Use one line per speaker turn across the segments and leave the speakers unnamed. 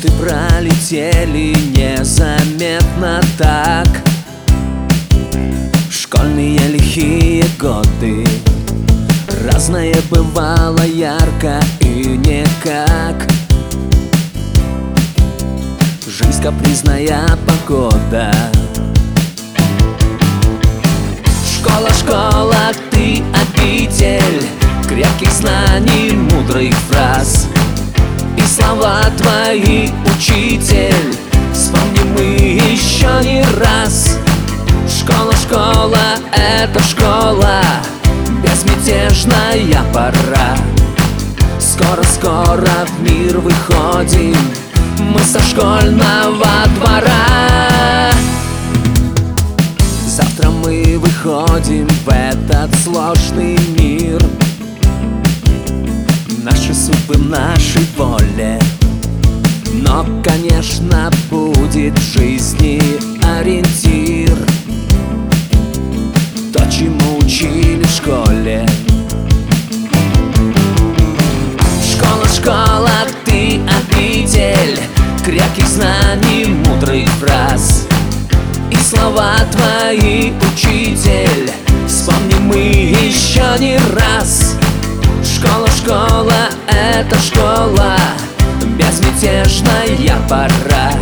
Годы пролетели незаметно так. Школьные лихие годы, разное бывало ярко и никак. Жизнь капризная погода. Школа, школа, ты обитель крепких знаний, мудрых фраз. И слова твои, учитель, вспомним мы еще не раз. Школа, школа, это школа, безмятежная пора. Скоро-скоро в мир выходим мы со школьного двора. Завтра мы выходим в этот сложный мир. Наши судьбы в нашей воле, но, конечно, будет в жизни ориентир. То, чему учили в школе. Школа, школа, ты обитель крепких знаний, мудрых фраз. И слова твои, учитель, вспомним мы еще не раз. Школа, школа, это школа, безмятежная пора.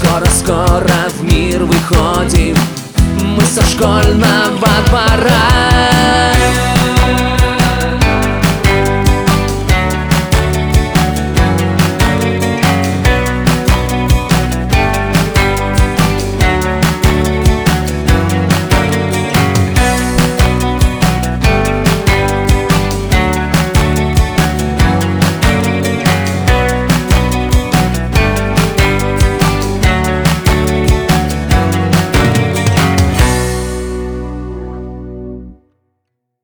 Скоро-скоро в мир выходим мы со школьного двора.